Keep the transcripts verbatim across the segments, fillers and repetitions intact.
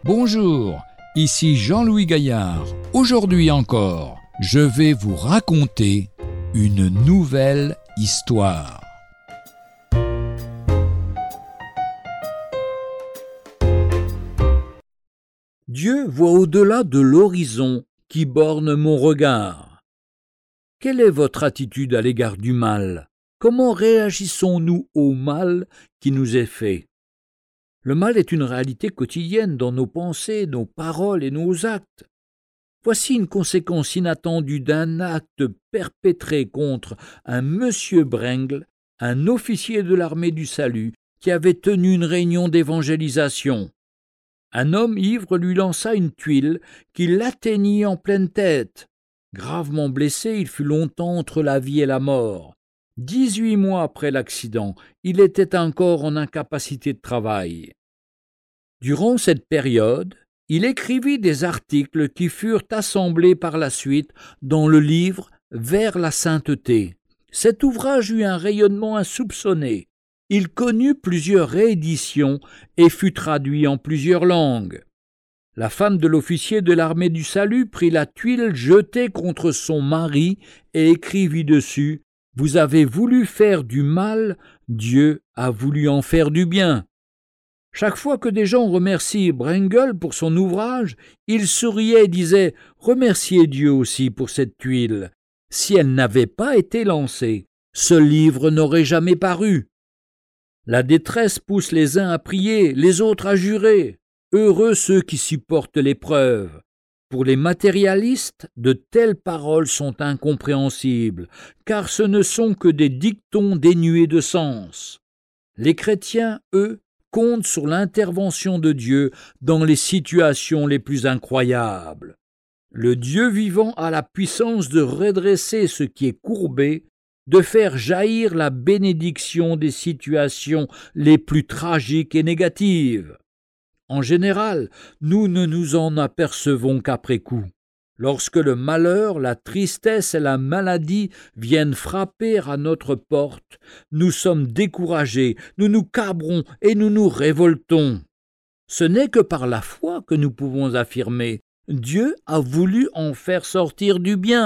Bonjour, ici Jean-Louis Gaillard. Aujourd'hui encore, je vais vous raconter une nouvelle histoire. Dieu voit au-delà de l'horizon qui borne mon regard. Quelle est votre attitude à l'égard du mal? Comment réagissons-nous au mal qui nous est fait? Le mal est une réalité quotidienne dans nos pensées, nos paroles et nos actes. Voici une conséquence inattendue d'un acte perpétré contre un monsieur Brengle, un officier de l'armée du salut, qui avait tenu une réunion d'évangélisation. Un homme ivre lui lança une tuile qui l'atteignit en pleine tête. Gravement blessé, il fut longtemps entre la vie et la mort. Dix-huit mois après l'accident, il était encore en incapacité de travail. Durant cette période, il écrivit des articles qui furent assemblés par la suite dans le livre « Vers la sainteté ». Cet ouvrage eut un rayonnement insoupçonné. Il connut plusieurs rééditions et fut traduit en plusieurs langues. La femme de l'officier de l'armée du salut prit la tuile jetée contre son mari et écrivit dessus « Vous avez voulu faire du mal, Dieu a voulu en faire du bien ». Chaque fois que des gens remercient Brengle pour son ouvrage, il souriait et disait « Remerciez Dieu aussi pour cette tuile. Si elle n'avait pas été lancée, ce livre n'aurait jamais paru. » La détresse pousse les uns à prier, les autres à jurer. Heureux ceux qui supportent l'épreuve. Pour les matérialistes, de telles paroles sont incompréhensibles, car ce ne sont que des dictons dénués de sens. Les chrétiens, eux, comptent sur l'intervention de Dieu dans les situations les plus incroyables. Le Dieu vivant a la puissance de redresser ce qui est courbé, de faire jaillir la bénédiction des situations les plus tragiques et négatives. En général, nous ne nous en apercevons qu'après coup. Lorsque le malheur, la tristesse et la maladie viennent frapper à notre porte, nous sommes découragés, nous nous cabrons et nous nous révoltons. Ce n'est que par la foi que nous pouvons affirmer « Dieu a voulu en faire sortir du bien ».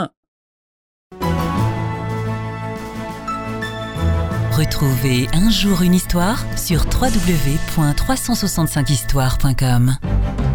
Retrouvez Un jour une histoire sur w w w point trois cent soixante-cinq histoire point com.